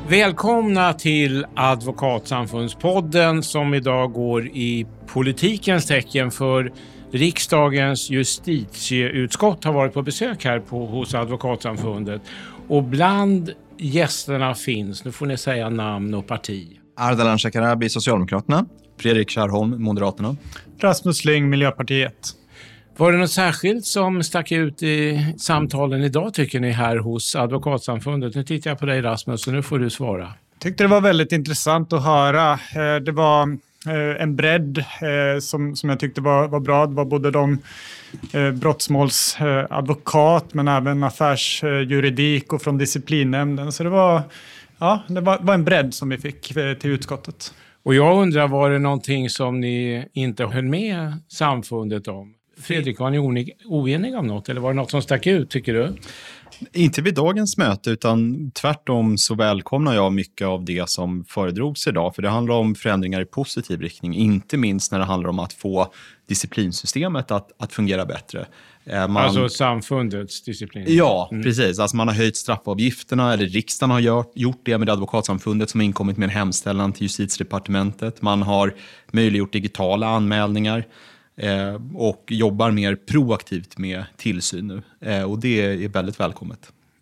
Välkomna till Advokatsamfundspodden som idag går i politikens tecken, för riksdagens justitieutskott har varit på besök här hos Advokatsamfundet. Och bland gästerna finns, nu får ni säga namn och parti. Ardalan Shekarabi, Socialdemokraterna. Fredrik Kärrholm, Moderaterna. Rasmus Ling, Miljöpartiet. Var det något särskilt som stack ut i samtalen idag tycker ni här hos Advokatsamfundet? Nu tittar jag på dig Rasmus och nu får du svara. Jag tyckte det var väldigt intressant att höra. Det var en bredd som jag tyckte var bra. Det var både de brottsmålsadvokat men även affärsjuridik och från disciplinnämnden. Så det var en bredd som vi fick till utskottet. Och jag undrar, var det någonting som ni inte höll med samfundet om? Fredrik, var ni oeniga om något eller var det något som stack ut tycker du? Inte vid dagens möte utan tvärtom så välkomnar jag mycket av det som föredrogs idag. För det handlar om förändringar i positiv riktning. Inte minst när det handlar om att få disciplinsystemet att fungera bättre. Alltså samfundets disciplin? Ja, precis. Alltså man har höjt straffavgifterna, eller riksdagen har gjort det med Advokatsamfundet som har inkommit med en hemställan till Justitiedepartementet. Man har möjliggjort digitala anmälningar. Och jobbar mer proaktivt med tillsyn nu. Och det är väldigt välkommet.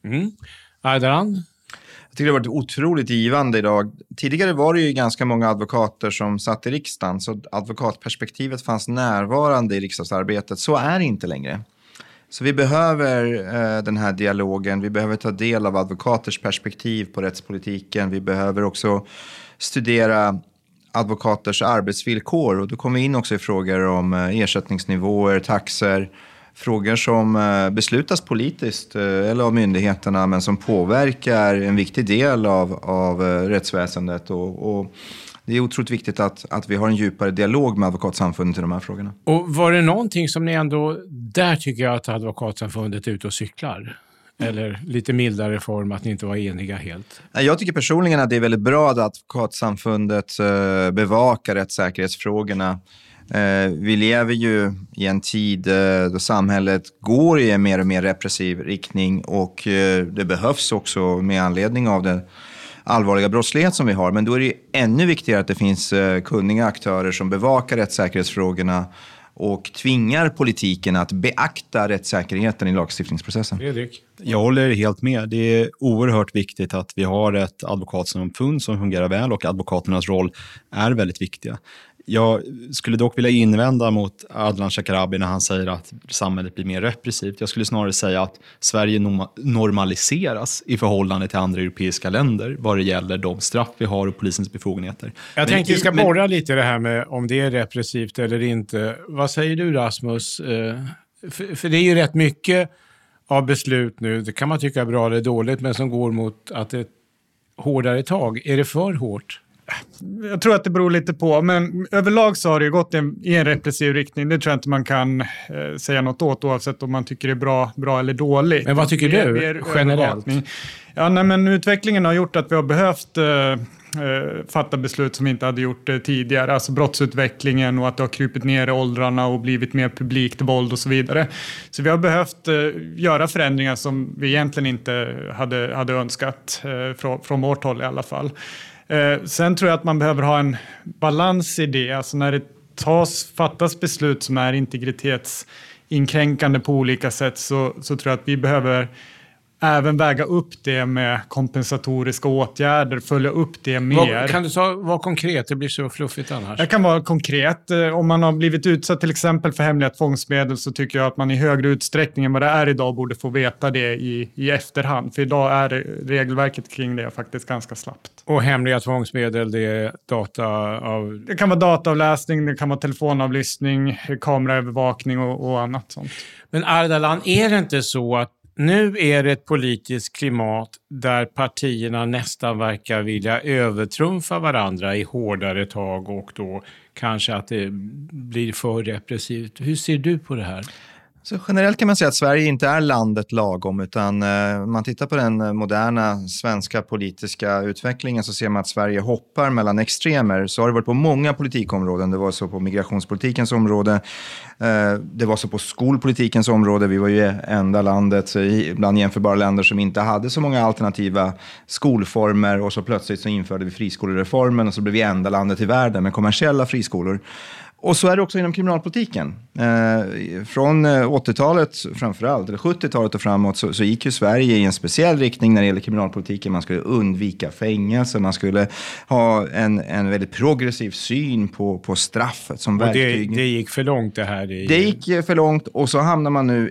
Ardalan? Jag tycker det har varit otroligt givande idag. Tidigare var det ju ganska många advokater som satt i riksdagen. Så advokatperspektivet fanns närvarande i riksdagsarbetet. Så är det inte längre. Så vi behöver den här dialogen. Vi behöver ta del av advokaters perspektiv på rättspolitiken. Vi behöver också studera advokaters arbetsvillkor, och då kommer vi in också i frågor om ersättningsnivåer, taxor, frågor som beslutas politiskt eller av myndigheterna men som påverkar en viktig del av rättsväsendet och det är otroligt viktigt att vi har en djupare dialog med Advokatsamfundet i de här frågorna. Och var det någonting som ni ändå, där tycker jag att Advokatsamfundet är ute och cyklar? Eller lite mildare form att ni inte var eniga helt? Jag tycker personligen att det är väldigt bra att Advokatsamfundet bevakar rättssäkerhetsfrågorna. Vi lever ju i en tid då samhället går i en mer och mer repressiv riktning och det behövs också med anledning av den allvarliga brottslighet som vi har. Men då är det ännu viktigare att det finns kunniga aktörer som bevakar rättssäkerhetsfrågorna och tvingar politiken att beakta rättssäkerheten i lagstiftningsprocessen. Fredrik? Jag håller helt med. Det är oerhört viktigt att vi har ett advokatsamfund som fungerar väl och advokaternas roll är väldigt viktiga. Jag skulle dock vilja invända mot Ardalan Shekarabi när han säger att samhället blir mer repressivt. Jag skulle snarare säga att Sverige normaliseras i förhållande till andra europeiska länder vad det gäller de straff vi har och polisens befogenheter. Jag tänkte vi ska borra lite det här med om det är repressivt eller inte. Vad säger du Rasmus? För det är ju rätt mycket av beslut nu, det kan man tycka är bra eller dåligt, men som går mot att det är hårdare tag. Är det för hårt? Jag tror att det beror lite på, men överlag så har det gått i en repressiv riktning. Det tror jag inte man kan säga något åt oavsett om man tycker det är bra eller dåligt. Men vad tycker du generellt? Ja, nej, men utvecklingen har gjort att vi har behövt fatta beslut som vi inte hade gjort tidigare. Alltså brottsutvecklingen och att det har krypit ner i åldrarna och blivit mer publikt våld och så vidare. Så vi har behövt göra förändringar som vi egentligen inte hade önskat från vårt håll i alla fall. Sen tror jag att man behöver ha en balans i det. Alltså när det fattas beslut som är integritetsinskränkande på olika sätt så tror jag att vi behöver även väga upp det med kompensatoriska åtgärder, följa upp det mer. Kan du vara konkret? Det blir så fluffigt annars. Jag kan vara konkret. Om man har blivit utsatt till exempel för hemliga tvångsmedel så tycker jag att man i högre utsträckning än vad det är idag borde få veta det i efterhand. För idag är regelverket kring det faktiskt ganska slappt. Och hemliga tvångsmedel, det är Det kan vara dataavläsning, det kan vara telefonavlyssning, kameraövervakning och annat sånt. Men Ardalan, är det inte så att nu är det ett politiskt klimat där partierna nästan verkar vilja övertrumfa varandra i hårdare tag och då kanske att det blir för repressivt. Hur ser du på det här? Så generellt kan man säga att Sverige inte är landet lagom, utan man tittar på den moderna svenska politiska utvecklingen så ser man att Sverige hoppar mellan extremer. Så har det varit på många politikområden. Det var så på migrationspolitikens område, det var så på skolpolitikens område. Vi var ju enda landet bland jämförbara länder som inte hade så många alternativa skolformer, och så plötsligt så införde vi friskolereformen och så blev vi enda landet i världen med kommersiella friskolor. Och så är det också inom kriminalpolitiken. Från 80-talet framförallt, eller 70-talet och framåt, så gick ju Sverige i en speciell riktning när det gäller kriminalpolitiken. Man skulle undvika fängelse, man skulle ha en väldigt progressiv syn på straffet som verktyg. Det gick för långt det här. Det gick för långt, och så hamnar man nu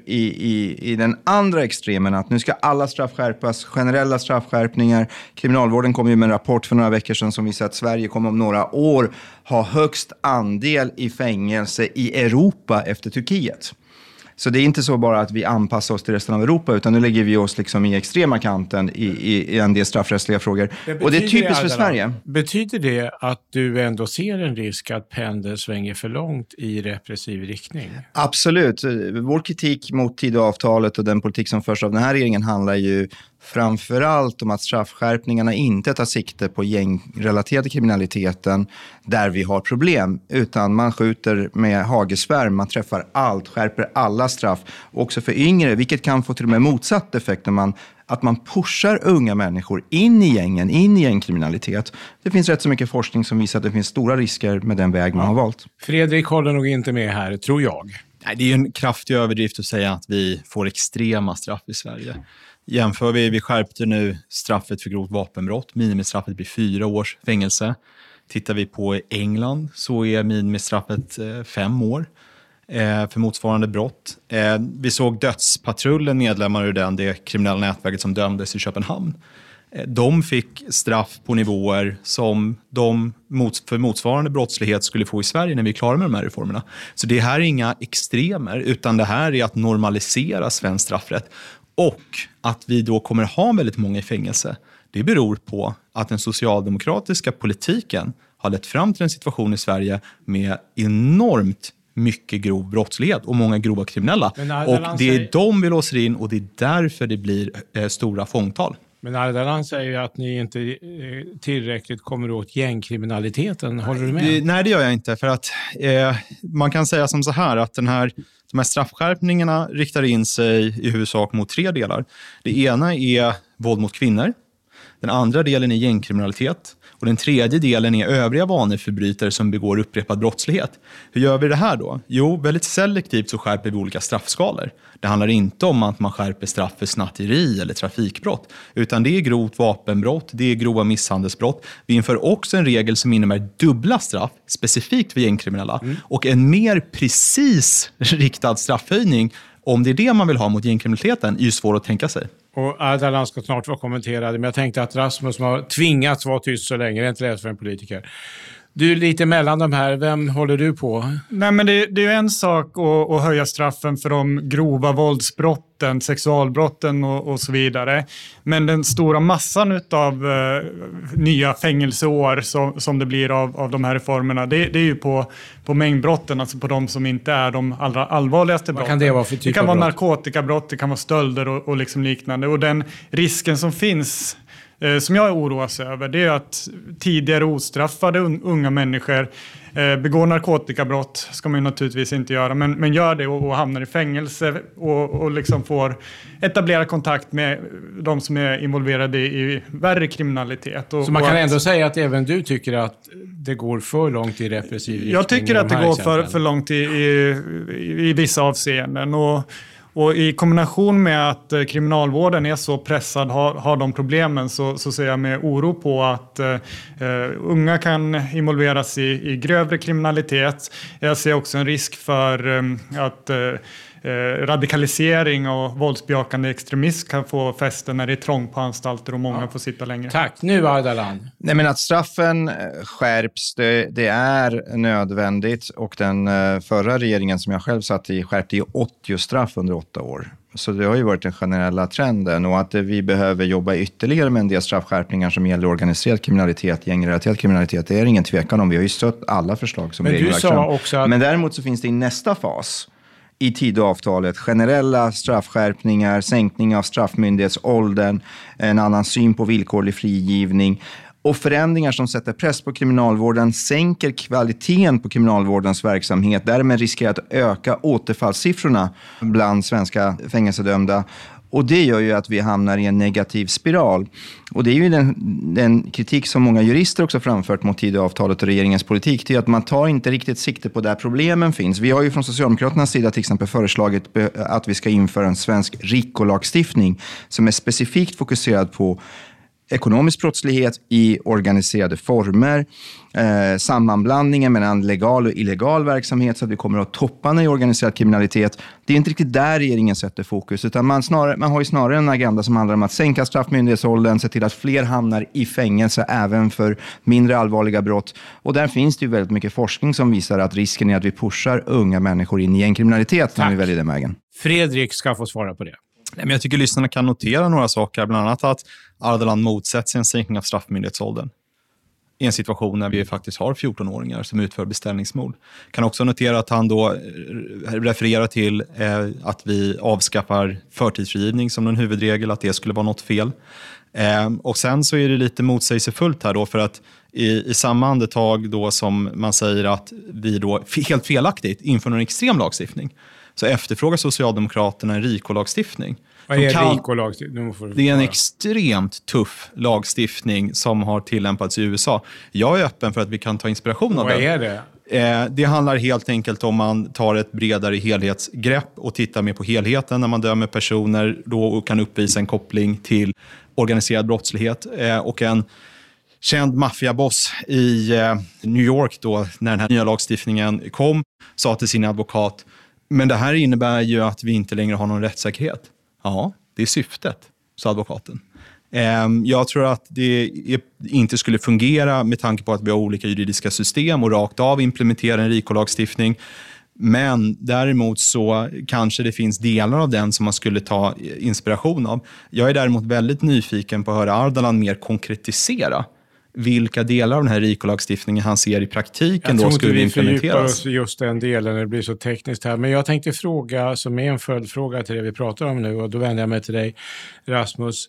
i den andra extremen, att nu ska alla straff skärpas, generella straffskärpningar. Kriminalvården kom ju med en rapport för några veckor sedan som visar att Sverige kommer om några år ha högst andel i fängelse i Europa efter Turkiet. Så det är inte så bara att vi anpassar oss till resten av Europa, utan nu lägger vi oss liksom i extrema kanten i en del straffrättsliga frågor. Och det är typiskt för Sverige. Betyder det att du ändå ser en risk att pendeln svänger för långt i repressiv riktning? Absolut. Vår kritik mot Tidöavtalet och den politik som förs av den här regeringen handlar ju framförallt om att straffskärpningarna inte tar sikte på gängrelaterade kriminaliteten där vi har problem, utan man skjuter med hagesvärm, man träffar allt, skärper alla straff, också för yngre, vilket kan få till och med motsatt effekt när att man pushar unga människor in i gängen, in i gängkriminalitet. Det finns rätt så mycket forskning som visar att det finns stora risker med den väg man har valt. Fredrik håller nog inte med här, tror jag. Nej, det är ju en kraftig överdrift att säga att vi får extrema straff i Sverige. Jämför vi skärpte nu straffet för grovt vapenbrott. Minimistraffet blir 4 års fängelse. Tittar vi på England så är minimistraffet 5 år för motsvarande brott. Vi såg Dödspatrullen, medlemmar ur det kriminella nätverket som dömdes i Köpenhamn. De fick straff på nivåer som de för motsvarande brottslighet skulle få i Sverige när vi är klara med de här reformerna. Så det här är inga extremer, utan det här är att normalisera svensk straffrätt. Och att vi då kommer ha väldigt många i fängelse, det beror på att den socialdemokratiska politiken har lett fram till en situation i Sverige med enormt mycket grov brottslighet och många grova kriminella. Och det är de vi låser in, och det är därför det blir stora fångtal. Men Ardalan säger ju att ni inte tillräckligt kommer åt gängkriminaliteten. Håller du med? Nej, det gör jag inte. För att man kan säga som så här att de här straffskärpningarna riktar in sig i huvudsak mot 3 delar. Det ena är våld mot kvinnor. Den andra delen är gängkriminalitet. Och den tredje delen är övriga vaneförbrytare som begår upprepad brottslighet. Hur gör vi det här då? Jo, väldigt selektivt så skärper vi olika straffskalor. Det handlar inte om att man skärper straff för snatteri eller trafikbrott, utan det är grovt vapenbrott, det är grova misshandelsbrott. Vi inför också en regel som innebär dubbla straff, specifikt för gängkriminella, och en mer precis riktad straffhöjning. Om det är det man vill ha mot gängkriminaliteten är ju svårt att tänka sig. Och Ardalan ska snart vara kommenterad, men jag tänkte att Rasmus som har tvingats vara tyst så länge, det är inte lätt för en politiker. Du är lite mellan de här, vem håller du på? Nej, men det är ju en sak att höja straffen för de grova våldsbrotten, sexualbrotten och så vidare. Men den stora massan av nya fängelseår som det blir av de här reformerna, det är ju på mängdbrotten, alltså på de som inte är de allra allvarligaste brotten. Vad kan det vara för typ av brott? Det kan vara narkotikabrott, det kan vara stölder och liksom liknande. Och den risken som finns, som jag oroas över, det är att tidigare ostraffade unga människor begår narkotikabrott, ska man ju naturligtvis inte göra, men gör det och hamnar i fängelse och liksom får etablera kontakt med de som är involverade i värre kriminalitet. Så man kan ändå säga att även du tycker att det går för långt i repressiv riktning? Jag tycker att det går för långt i vissa avseenden, och i kombination med att kriminalvården är så pressad, har de problemen, så ser jag med oro på att unga kan involveras i grövre kriminalitet. Jag ser också en risk för att radikalisering och våldsbejakande extremism kan få fäste när det är trångt på anstalter och många får sitta längre. Tack. Nu Ardalan. Nej, men att straffen skärps, det är nödvändigt, och den förra regeringen som jag själv satt i skärpte ju 80 straff under 8 år. Så det har ju varit den generella trenden, och att vi behöver jobba ytterligare med en del straffskärpningar som gäller organiserad kriminalitet, gängrelaterad kriminalitet. Det är ingen tvekan om. Vi har ju stött alla förslag som regeringen lagt fram. Men däremot så finns det i nästa fas i Tidöavtalet. Generella straffskärpningar, sänkning av straffmyndighetsåldern, en annan syn på villkorlig frigivning och förändringar som sätter press på kriminalvården, sänker kvaliteten på kriminalvårdens verksamhet, därmed riskerar att öka återfallssiffrorna bland svenska fängelsedömda. Och det gör ju att vi hamnar i en negativ spiral. Och det är ju den kritik som många jurister också framfört mot Tidöavtalet och regeringens politik. Det är att man tar inte riktigt sikte på där problemen finns. Vi har ju från Socialdemokraternas sida till exempel föreslagit att vi ska införa en svensk RICO-lagstiftning som är specifikt fokuserad på ekonomisk brottslighet i organiserade former, sammanblandningen mellan legal och illegal verksamhet så att vi kommer att topparna i organiserad kriminalitet. Det är inte riktigt där regeringen sätter fokus, utan man har ju snarare en agenda som handlar om att sänka straffmyndighetsåldern, se till att fler hamnar i fängelse även för mindre allvarliga brott. Och där finns det ju väldigt mycket forskning som visar att risken är att vi pushar unga människor in i en kriminalitet när vi väljer den vägen. Fredrik ska få svara på det. Men jag tycker lyssnarna kan notera några saker, bland annat att Ardalan motsätter sig en sänkning av straffmyndighetsåldern i en situation när vi faktiskt har 14-åringar som utför beställningsmord. Kan också notera att han då refererar till att vi avskaffar förtidsfrigivning som en huvudregel, att det skulle vara något fel. Och sen så är det lite motsägelsefullt här då, för att i samma andetag då som man säger att vi då helt felaktigt inför en extrem lagstiftning, så efterfrågar Socialdemokraterna en RICO-lagstiftning. Vad är RICO-lagstiftning? Det är en extremt tuff lagstiftning som har tillämpats i USA. Jag är öppen för att vi kan ta inspiration av den. Vad är det? Det handlar helt enkelt om man tar ett bredare helhetsgrepp och tittar mer på helheten när man dömer personer då och kan uppvisa en koppling till organiserad brottslighet. Och en känd maffiaboss i New York då, när den här nya lagstiftningen kom, sa till sin advokat: men det här innebär ju att vi inte längre har någon rättssäkerhet. Ja, det är syftet, sa advokaten. Jag tror att det inte skulle fungera med tanke på att vi har olika juridiska system och rakt av implementera en RICO-lagstiftning. Men däremot så kanske det finns delar av den som man skulle ta inspiration av. Jag är däremot väldigt nyfiken på att höra Ardalan mer konkretisera vilka delar av den här RICO-lagstiftningen han ser i praktiken då skulle implementeras. Jag tror inte vi fördjupar oss just den delen när det blir så tekniskt här. Men jag tänkte fråga, som är en följdfråga till det vi pratar om nu, och då vänder jag mig till dig, Rasmus.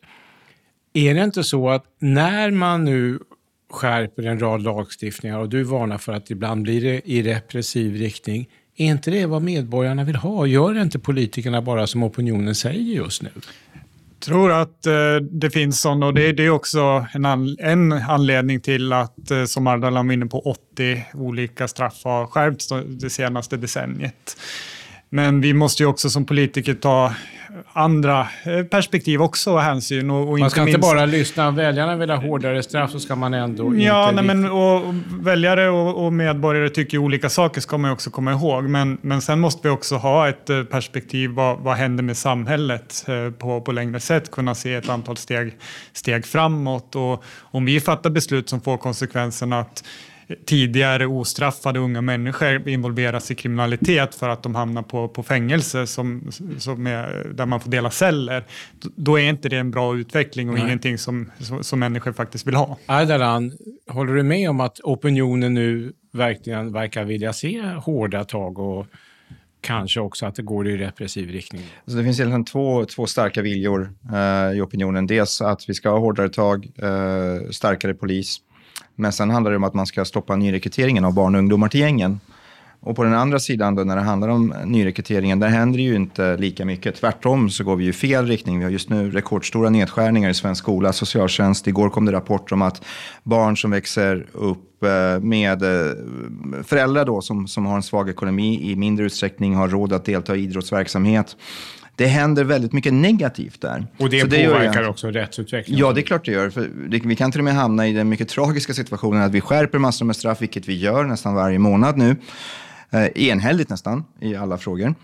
Är det inte så att när man nu skärper en rad lagstiftningar, och du varnar för att ibland blir det i repressiv riktning, är inte det vad medborgarna vill ha? Gör inte politikerna bara som opinionen säger just nu? Jag tror att det finns sådana, och det är också en anledning till att, som Ardalan var inne på, 80 olika straff har skärpts det senaste decenniet. Men vi måste ju också som politiker ta andra perspektiv också och hänsyn. Och man ska inte bara lyssna. Väljarna vill ha hårdare straff, så ska man ändå inte... Ja, men och väljare och medborgare tycker olika saker, ska man också komma ihåg. Men sen måste vi också ha ett perspektiv. Vad händer med samhället på längre sätt? Kunna se ett antal steg framåt. Och om vi fattar beslut som får konsekvensen att tidigare ostraffade unga människor involveras i kriminalitet för att de hamnar på fängelse som där man får dela celler, då är inte det en bra utveckling och ingenting som människor faktiskt vill ha. Ardalan, håller du med om att opinionen nu verkligen verkar vilja se hårda tag och kanske också att det går i repressiv riktning? Så det finns egentligen två starka viljor i opinionen. Dels att vi ska ha hårdare tag, starkare polis. Men sen handlar det om att man ska stoppa nyrekryteringen av barn och ungdomar till gängen. Och på den andra sidan då, när det handlar om nyrekryteringen, där händer det ju inte lika mycket. Tvärtom så går vi ju fel riktning. Vi har just nu rekordstora nedskärningar i svensk skola, socialtjänst. Igår kom det rapport om att barn som växer upp med föräldrar då, som har en svag ekonomi i mindre utsträckning har råd att delta i idrottsverksamhet. Det händer väldigt mycket negativt där. Och det påverkar också rättsutvecklingen? Ja, det är klart det gör. För vi kan till och med hamna i den mycket tragiska situationen att vi skärper massor med straff, vilket vi gör nästan varje månad nu. Enhälligt nästan i alla frågor.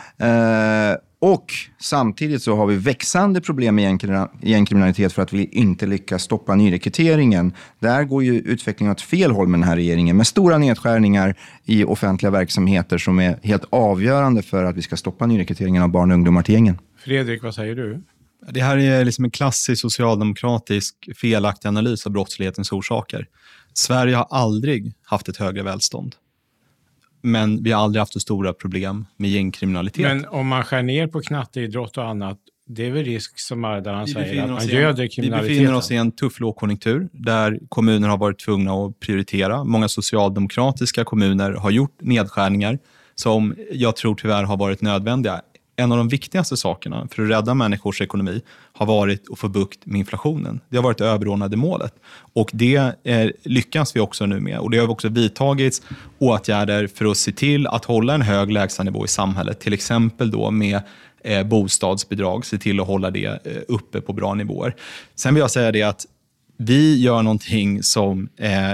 Och samtidigt så har vi växande problem med gängkriminalitet för att vi inte lyckas stoppa nyrekryteringen. Där går ju utvecklingen åt fel håll med den här regeringen, med stora nedskärningar i offentliga verksamheter som är helt avgörande för att vi ska stoppa nyrekryteringen av barn och ungdomar till gängen. Fredrik, vad säger du? Det här är liksom en klassisk socialdemokratisk felaktig analys av brottslighetens orsaker. Sverige har aldrig haft ett högre välstånd. Men vi har aldrig haft så stora problem med gängkriminalitet. Men om man skär ner på knatteidrott och annat, det är väl risk som Ardalan säger att man göder kriminaliteten. Vi befinner oss i en tuff lågkonjunktur där kommuner har varit tvungna att prioritera. Många socialdemokratiska kommuner har gjort nedskärningar som jag tror tyvärr har varit nödvändiga. En av de viktigaste sakerna för att rädda människors ekonomi har varit att få bukt med inflationen. Det har varit det överordnade målet. Och det lyckas vi också nu med. Och det har också vidtagits åtgärder för att se till att hålla en hög lägstanivå i samhället. Till exempel då med bostadsbidrag, se till att hålla det uppe på bra nivåer. Sen vill jag säga det att vi gör någonting som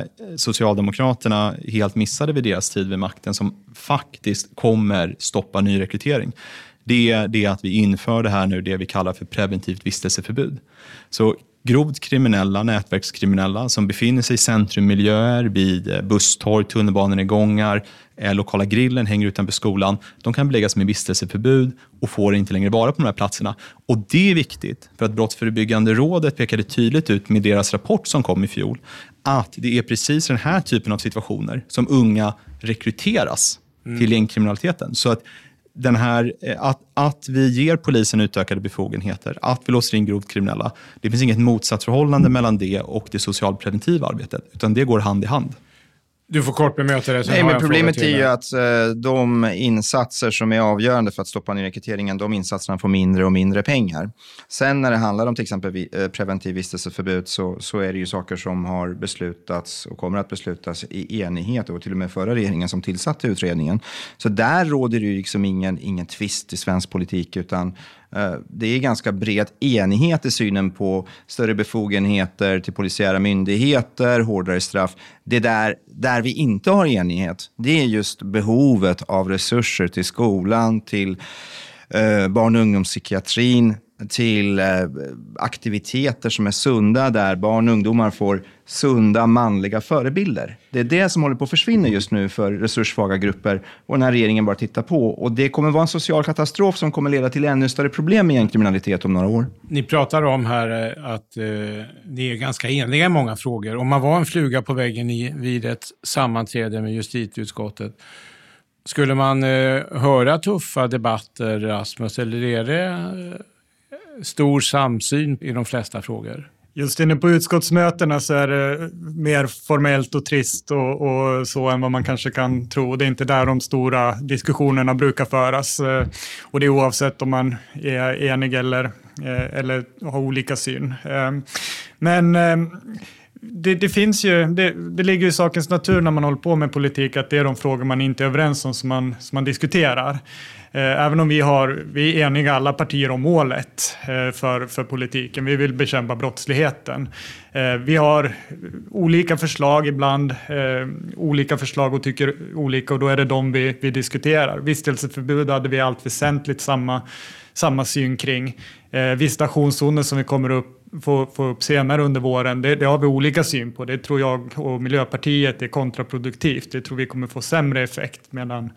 Socialdemokraterna helt missade vid deras tid vid makten som faktiskt kommer stoppa nyrekrytering. Det är att vi inför det här nu, det vi kallar för preventivt vistelseförbud. Så grovt kriminella, nätverkskriminella som befinner sig i centrummiljöer, vid busstorg, tunnelbanegångar, lokala grillen, hänger utanför skolan. De kan beläggas med vistelseförbud och får inte längre vara på de här platserna. Och det är viktigt för att Brottsförebyggande rådet pekade tydligt ut med deras rapport som kom i fjol att det är precis den här typen av situationer som unga rekryteras till gängkriminaliteten. Så att den här, att vi ger polisen utökade befogenheter, att vi låser in grovt kriminella, det finns inget motsatsförhållande mellan det och det socialpreventiva arbetet, utan det går hand i hand. Du får kort bemöta det. Nej, men problemet är ju att de insatser som är avgörande för att stoppa nyrekryteringen, de insatserna får mindre och mindre pengar. Sen när det handlar om till exempel preventiv vistelseförbud så är det ju saker som har beslutats och kommer att beslutas i enighet och till och med förra regeringen som tillsatte utredningen. Så där råder det ju liksom ingen tvist i svensk politik, utan det är ganska bred enighet i synen på större befogenheter till polisiära myndigheter, hårdare straff. Det där vi inte har enighet, det är just behovet av resurser till skolan, till barn- och ungdomspsykiatrin, till aktiviteter som är sunda där barn och ungdomar får sunda manliga förebilder. Det är det som håller på att försvinna just nu för resurssvaga grupper och den här regeringen bara tittar på. Och det kommer vara en social katastrof som kommer leda till ännu större problem med gängkriminalitet om några år. Ni pratar om här att ni är ganska eniga i många frågor. Om man var en fluga på väggen vid ett sammanträde med justitieutskottet, skulle man höra tuffa debatter, Rasmus, eller är det stor samsyn i de flesta frågor? Just inne på utskottsmötena så är det mer formellt och trist och så än vad man kanske kan tro. Det är inte där de stora diskussionerna brukar föras. Och det är oavsett om man är enig eller har olika syn. Men det finns ju, det ligger i sakens natur när man håller på med politik att det är de frågor man inte är överens om som man diskuterar. Även om vi är eniga alla partier om målet för politiken. Vi vill bekämpa brottsligheten. Vi har olika förslag ibland, olika förslag och tycker olika, och då är det de vi diskuterar. Vistelseförbud hade vi allt väsentligt samma syn kring. Visitationszoner som vi kommer få upp senare under våren, det har vi olika syn på. Det tror jag och Miljöpartiet är kontraproduktivt. Det tror vi kommer få sämre effekt, medan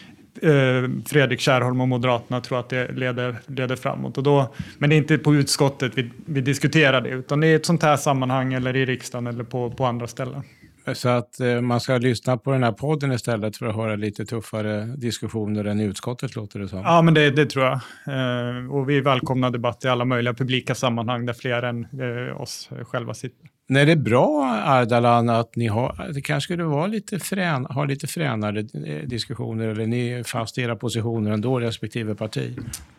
Fredrik Kärrholm och Moderaterna tror att det leder framåt. Men det är inte på utskottet vi diskuterar det, utan det är ett sånt här sammanhang eller i riksdagen eller på andra ställen. Så att man ska lyssna på den här podden istället för att höra lite tuffare diskussioner än i utskottet, låter det som. Ja, men det tror jag. Och vi välkomnar debatt i alla möjliga publika sammanhang där fler än oss själva sitter. Nej, det är bra, Ardalan, att ni det kanske skulle vara ha lite fränare diskussioner, eller ni är fast i era positioner ändå, respektive parti.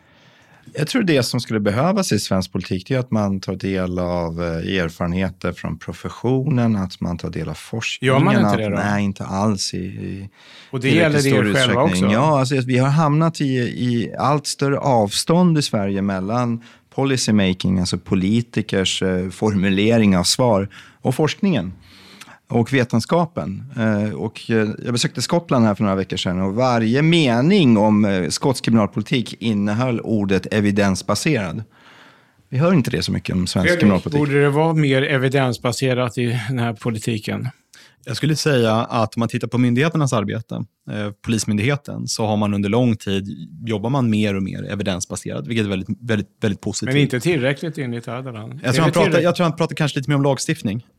Jag tror det som skulle behövas i svensk politik är att man tar del av erfarenheter från professionen, att man tar del av forskningen. Gör man inte det då? Nej, inte alls. Och det gäller er själva också? Ja, alltså, vi har hamnat i allt större avstånd i Sverige mellan policy making, alltså politikers formulering av svar, och forskningen och vetenskapen. Och jag besökte Skottland här för några veckor sedan, och varje mening om skotsk kriminalpolitik innehöll ordet evidensbaserad. Vi hör inte det så mycket om svensk kriminalpolitik. Borde det vara mer evidensbaserat i den här politiken? Jag skulle säga att om man tittar på myndigheternas arbete, Polismyndigheten, så har man under lång tid jobbar man mer och mer evidensbaserat, vilket är väldigt, väldigt, väldigt positivt. Men inte tillräckligt enligt Ardalan. Jag tror han pratar kanske lite mer om lagstiftning.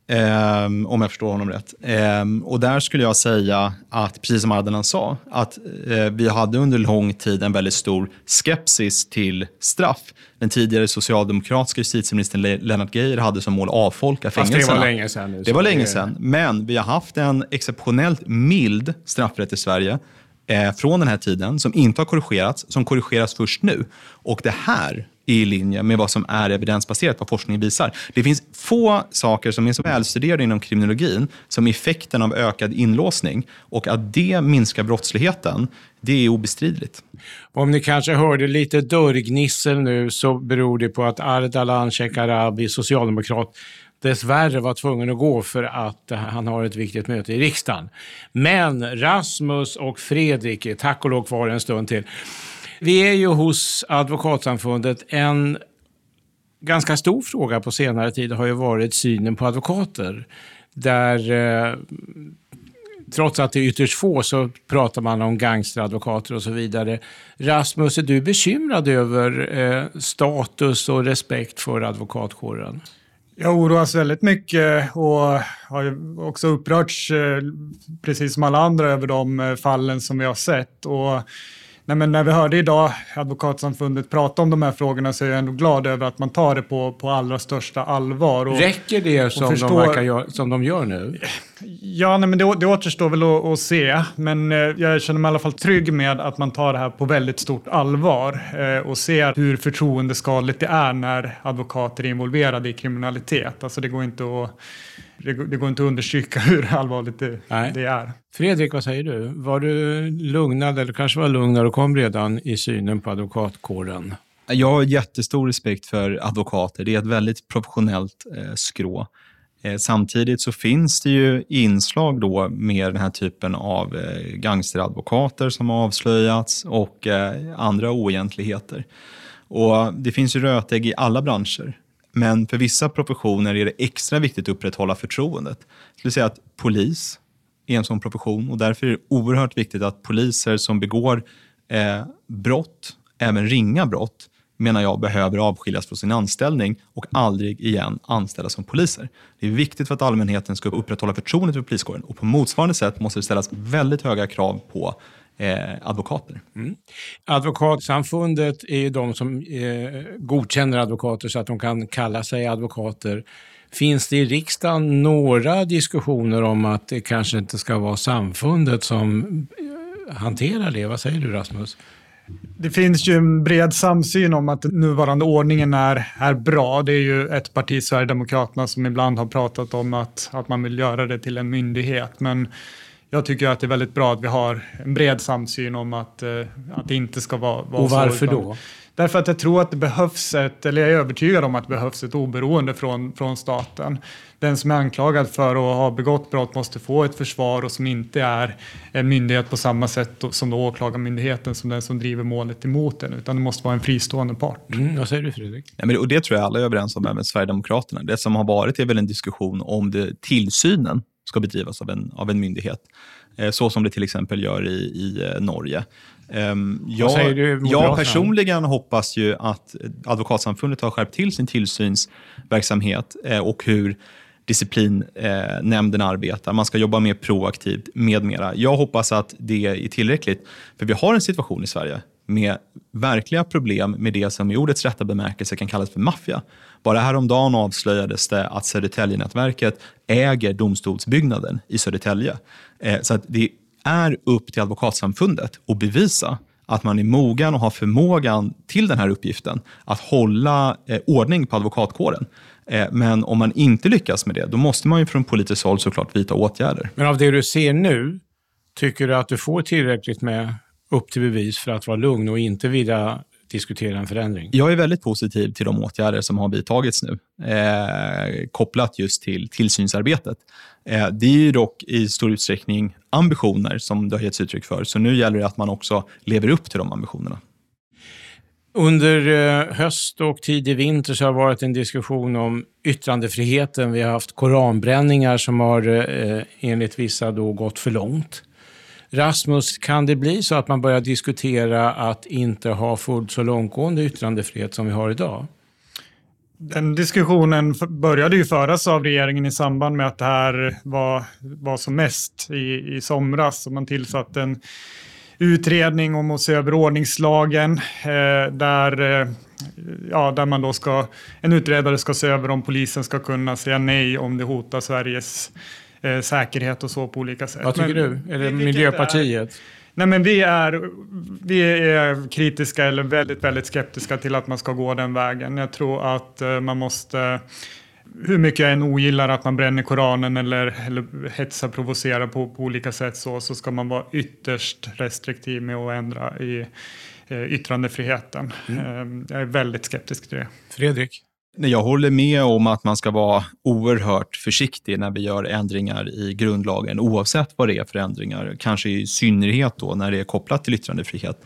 om jag förstår honom rätt. Och där skulle jag säga att, precis som Ardalan sa, att vi hade under lång tid en väldigt stor skepsis till straff. Den tidigare socialdemokratiska justitieministern Lennart Geijer hade som mål avfolka fängelserna. Fast det var länge sedan nu. Det var länge sedan, men vi har haft en exceptionellt mild straffrätt i Sverige från den här tiden som inte har korrigerats, som korrigeras först nu. Och det här är i linje med vad som är evidensbaserat, vad forskningen visar. Det finns få saker som är så välstuderade inom kriminologin som effekten av ökad inlåsning, och att det minskar brottsligheten, det är obestridligt. Om ni kanske hörde lite dörrgnissel nu, så beror det på att Ardalan Shekarabi, socialdemokrat, dessvärre var tvungen att gå för att han har ett viktigt möte i riksdagen. Men Rasmus och Fredrik är tack och lov kvar en stund till. Vi är ju hos Advokatsamfundet. En ganska stor fråga på senare tid har ju varit synen på advokater. Där trots att det är ytterst få så pratar man om gangsteradvokater och så vidare. Rasmus, är du bekymrad över status och respekt för advokatkåren? Jag oroas väldigt mycket och har ju också upprörts precis som alla andra över de fallen som vi har sett. Och när vi hörde idag Advokatsamfundet prata om de här frågorna, så är jag ändå glad över att man tar det på allra största allvar. Och, räcker det som de gör nu? Ja, men det återstår väl att se. Men jag känner mig i alla fall trygg med att man tar det här på väldigt stort allvar och ser hur förtroendeskadligt det är när advokater är involverade i kriminalitet. Alltså det går inte att understryka hur allvarligt det är. Fredrik, vad säger du? Var du lugnad, eller kanske var lugn när du kom redan i synen på advokatkåren? Jag har jättestor respekt för advokater. Det är ett väldigt professionellt skrå. Samtidigt så finns det ju inslag då med den här typen av gangsteradvokater som har avslöjats och andra oegentligheter. Och det finns ju rötägg i alla branscher. Men för vissa professioner är det extra viktigt att upprätthålla förtroendet. Jag skulle säga att polis är en sån profession, och därför är det oerhört viktigt att poliser som begår brott, även ringa brott, menar jag behöver avskiljas från sin anställning och aldrig igen anställas som poliser. Det är viktigt för att allmänheten ska upprätthålla förtroendet för poliskåren, och på motsvarande sätt måste det ställas väldigt höga krav på advokater. Advokatsamfundet är ju de som godkänner advokater så att de kan kalla sig advokater. Finns det i riksdagen några diskussioner om att det kanske inte ska vara samfundet som hanterar det? Vad säger du, Rasmus? Det finns ju en bred samsyn om att nuvarande ordningen är bra. Det är ju ett parti, Sverigedemokraterna, som ibland har pratat om att man vill göra det till en myndighet. Men jag tycker att det är väldigt bra att vi har en bred samsyn om att det inte ska vara så. Och varför då? Därför att jag tror att det behövs jag är övertygad om att det behövs ett oberoende från staten. Den som är anklagad för att ha begått brott måste få ett försvar, och som inte är en myndighet på samma sätt som då åklagarmyndigheten, som den som driver målet emot den, utan det måste vara en fristående part. Vad säger du, Fredrik? Ja, men, och det tror jag alla är överens om, även Sverigedemokraterna. Det som har varit är väl en diskussion om tillsynen ska bedrivas av en myndighet. Så som det till exempel gör i Norge. Jag personligen hoppas ju att Advokatsamfundet har skärpt till sin tillsynsverksamhet och hur disciplinnämnden arbetar. Man ska jobba mer proaktivt med mera. Jag hoppas att det är tillräckligt, för vi har en situation i Sverige med verkliga problem med det som i ordets rätta bemärkelse kan kallas för maffia. Bara häromdagen avslöjades det att Södertälje-nätverket äger domstolsbyggnaden i Södertälje. Så att det är upp till Advokatsamfundet att bevisa att man är mogen och har förmågan till den här uppgiften att hålla ordning på advokatkåren. Men om man inte lyckas med det, då måste man ju från politiskt håll såklart vidta åtgärder. Men av det du ser nu, tycker du att du får tillräckligt med upp till bevis för att vara lugn och inte vilja diskutera en förändring? Jag är väldigt positiv till de åtgärder som har vidtagits nu, kopplat just till tillsynsarbetet. Det är ju dock i stor utsträckning ambitioner som det har getts uttryck för, så nu gäller det att man också lever upp till de ambitionerna. Under höst och tidig vinter så har det varit en diskussion om yttrandefriheten. Vi har haft koranbränningar som har enligt vissa då gått för långt. Rasmus, kan det bli så att man börjar diskutera att inte ha fullt så långtgående yttrandefrihet som vi har idag? Den diskussionen började ju föras av regeringen i samband med att det här var som mest i somras. Och man tillsatte en utredning om att se över ordningslagen där man då en utredare ska se över om polisen ska kunna säga nej om det hotar Sveriges säkerhet och så på olika sätt. Vad tycker du? Är det Miljöpartiet? Nej, men vi är kritiska eller väldigt, väldigt skeptiska till att man ska gå den vägen. Jag tror att man måste, hur mycket jag än ogillar att man bränner Koranen eller hetsar, provocerar på olika sätt så ska man vara ytterst restriktiv med att ändra i yttrandefriheten. Jag är väldigt skeptisk till det. Fredrik? Jag håller med om att man ska vara oerhört försiktig när vi gör ändringar i grundlagen, oavsett vad det är för ändringar, kanske i synnerhet då när det är kopplat till yttrandefrihet.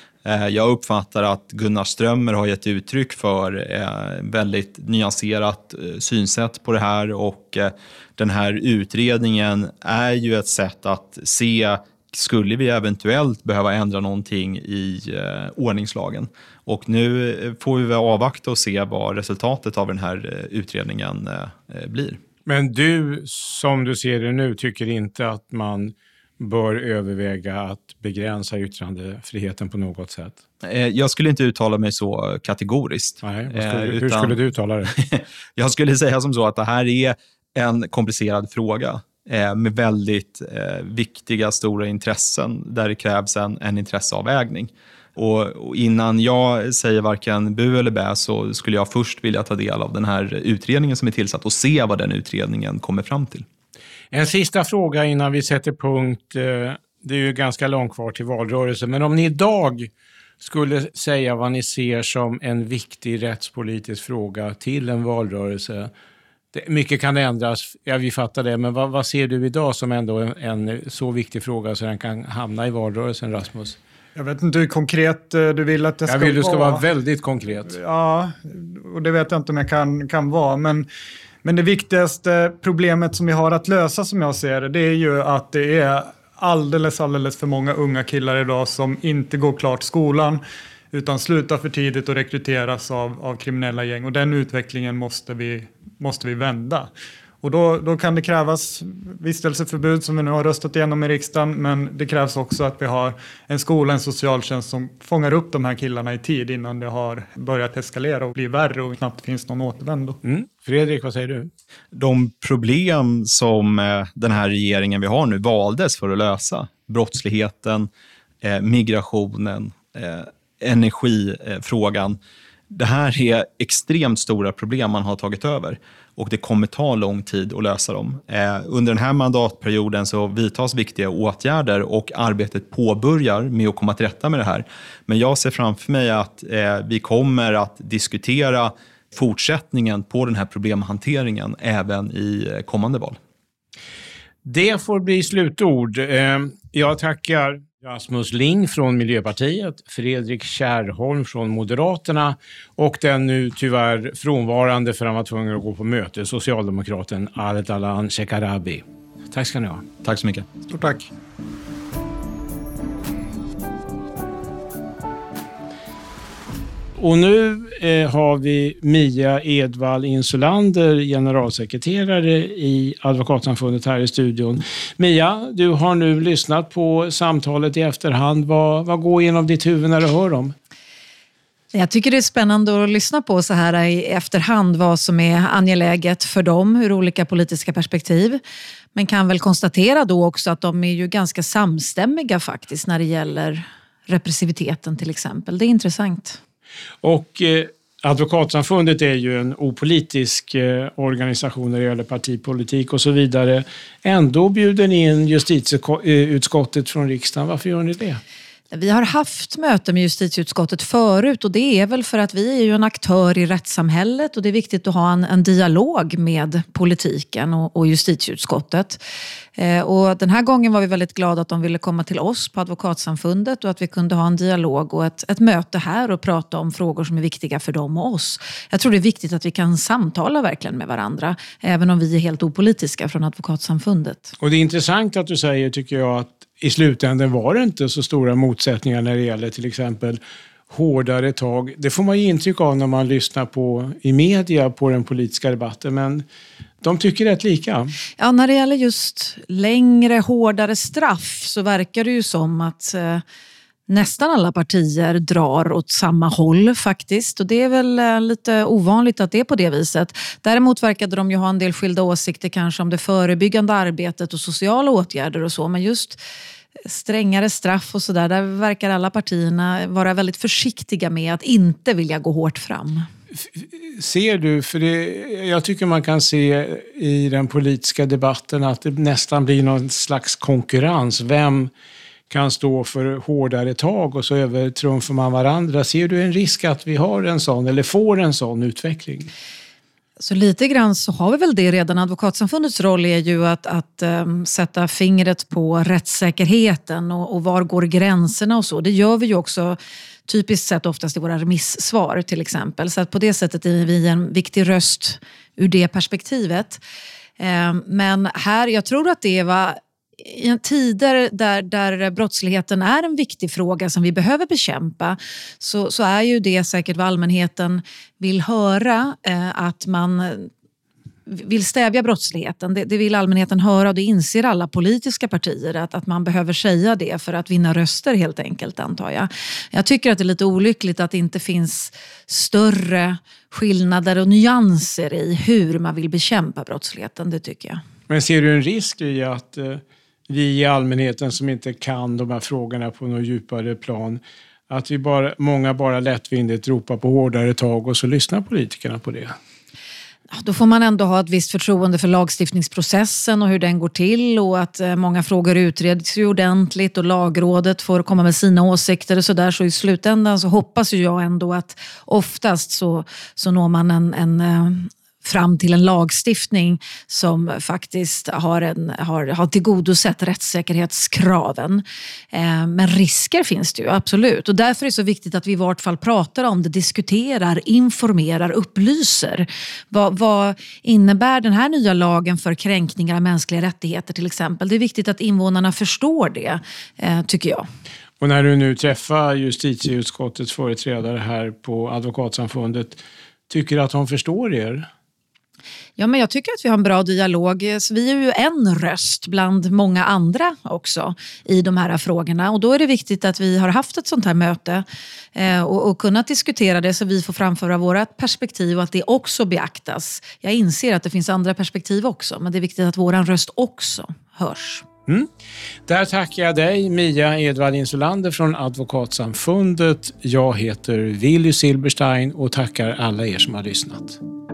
Jag uppfattar att Gunnar Strömmer har gett uttryck för väldigt nyanserat synsätt på det här, och den här utredningen är ju ett sätt att se, skulle vi eventuellt behöva ändra någonting i ordningslagen. Och nu får vi väl avvakta och se vad resultatet av den här utredningen blir. Men du, som du ser det nu, tycker inte att man bör överväga att begränsa yttrandefriheten på något sätt? Jag skulle inte uttala mig så kategoriskt. Nej, hur skulle du uttala det? Jag skulle säga som så att det här är en komplicerad fråga med väldigt viktiga, stora intressen där det krävs en intresseavvägning. Och innan jag säger varken bu eller bä så skulle jag först vilja ta del av den här utredningen som är tillsatt och se vad den utredningen kommer fram till. En sista fråga innan vi sätter punkt. Det är ju ganska långt kvar till valrörelsen, men om ni idag skulle säga vad ni ser som en viktig rättspolitisk fråga till en valrörelse. Mycket kan ändras, ja, vi fattar det, men vad ser du idag som ändå en så viktig fråga så den kan hamna i valrörelsen, Rasmus? Jag vet inte hur konkret du vill att det ska vara. Jag vill att det ska vara väldigt konkret. Ja, och det vet jag inte om jag kan vara, men det viktigaste problemet som vi har att lösa, som jag ser det är ju att det är alldeles för många unga killar idag som inte går klart skolan utan slutar för tidigt och rekryteras av kriminella gäng. Och den utvecklingen måste vi vända. Och då kan det krävas vistelseförbud som vi nu har röstat igenom i riksdagen, men det krävs också att vi har en skola, en socialtjänst som fångar upp de här killarna i tid innan det har börjat eskalera och bli värre och knappt finns någon återvändo. Fredrik, vad säger du? De problem som den här regeringen vi har nu valdes för att lösa, brottsligheten, migrationen, energifrågan, det här är extremt stora problem man har tagit över och det kommer ta lång tid att lösa dem. Under den här mandatperioden så vidtas viktiga åtgärder och arbetet påbörjar med att komma till rätta med det här. Men jag ser framför mig att vi kommer att diskutera fortsättningen på den här problemhanteringen även i kommande val. Det får bli slutord. Jag tackar Rasmus Ling från Miljöpartiet, Fredrik Kärrholm från Moderaterna och den nu tyvärr frånvarande för han var tvungen att gå på möte, socialdemokraten Ardalan Shekarabi. Tack ska ni ha. Tack så mycket. Stort tack. Och nu har vi Mia Edvall Insulander, generalsekreterare i Advokatsamfundet här i studion. Mia, du har nu lyssnat på samtalet i efterhand. Vad går genom ditt huvud när du hör dem? Jag tycker det är spännande att lyssna på så här i efterhand vad som är angeläget för dem ur olika politiska perspektiv. Men kan väl konstatera då också att de är ju ganska samstämmiga faktiskt när det gäller repressiviteten till exempel. Det är intressant. Och Advokatsamfundet är ju en opolitisk organisation när det gäller partipolitik och så vidare. Ändå bjuder ni in justitieutskottet från riksdagen. Varför gör ni det? Vi har haft möte med justitieutskottet förut och det är väl för att vi är ju en aktör i rättssamhället och det är viktigt att ha en dialog med politiken och justitieutskottet. Och den här gången var vi väldigt glada att de ville komma till oss på Advokatsamfundet och att vi kunde ha en dialog och ett möte här och prata om frågor som är viktiga för dem och oss. Jag tror det är viktigt att vi kan samtala verkligen med varandra även om vi är helt opolitiska från Advokatsamfundet. Och det är intressant att du säger, tycker jag, att i slutändan var det inte så stora motsättningar när det gäller till exempel hårdare tag. Det får man ju intryck av när man lyssnar på i media på den politiska debatten, men de tycker rätt lika. Ja, när det gäller just längre, hårdare straff så verkar det ju som att nästan alla partier drar åt samma håll faktiskt. Och det är väl lite ovanligt att det är på det viset. Däremot verkade de ju ha en del skilda åsikter kanske om det förebyggande arbetet och sociala åtgärder och så. Men just strängare straff och sådär, där verkar alla partierna vara väldigt försiktiga med att inte vilja gå hårt fram. Ser du, för jag tycker man kan se i den politiska debatten att det nästan blir någon slags konkurrens. Vem kan stå för hårdare tag och så övertrumfar man varandra. Ser du en risk att vi har en sån eller får en sån utveckling? Så lite grann så har vi väl det redan. Advokatsamfundets roll är ju att sätta fingret på rättssäkerheten och var går gränserna och så. Det gör vi ju också typiskt sett oftast i våra remissvar till exempel. Så att på det sättet är vi en viktig röst ur det perspektivet. Men här, jag tror att det var i tider där brottsligheten är en viktig fråga som vi behöver bekämpa, så är ju det säkert vad allmänheten vill höra, att man vill stävja brottsligheten. Det vill allmänheten höra och det inser alla politiska partier att man behöver säga det för att vinna röster helt enkelt, antar jag. Jag tycker att det är lite olyckligt att det inte finns större skillnader och nyanser i hur man vill bekämpa brottsligheten, det tycker jag. Men ser du en risk i att vi i allmänheten som inte kan de här frågorna på något djupare plan, att många bara lättvindigt ropar på hårdare tag och så lyssnar politikerna på det? Då får man ändå ha ett visst förtroende för lagstiftningsprocessen och hur den går till, och att många frågor utreds ju ordentligt och lagrådet får komma med sina åsikter och sådär. Så i slutändan så hoppas ju jag ändå att oftast så når man fram till en lagstiftning som faktiskt har tillgodosett rättssäkerhetskraven. Men risker finns det ju, absolut. Och därför är det så viktigt att vi i vart fall pratar om det, diskuterar, informerar, upplyser. Vad innebär den här nya lagen för kränkningar av mänskliga rättigheter till exempel? Det är viktigt att invånarna förstår det, tycker jag. Och när du nu träffar justitieutskottets företrädare här på Advokatsamfundet, tycker du att de förstår er? Ja, men jag tycker att vi har en bra dialog. Så vi är ju en röst bland många andra också i de här frågorna. Och då är det viktigt att vi har haft ett sånt här möte och kunnat diskutera det så vi får framföra våra perspektiv och att det också beaktas. Jag inser att det finns andra perspektiv också, men det är viktigt att våran röst också hörs. Där tackar jag dig, Mia Edvard Insulander från Advokatsamfundet. Jag heter Willy Silberstein och tackar alla er som har lyssnat.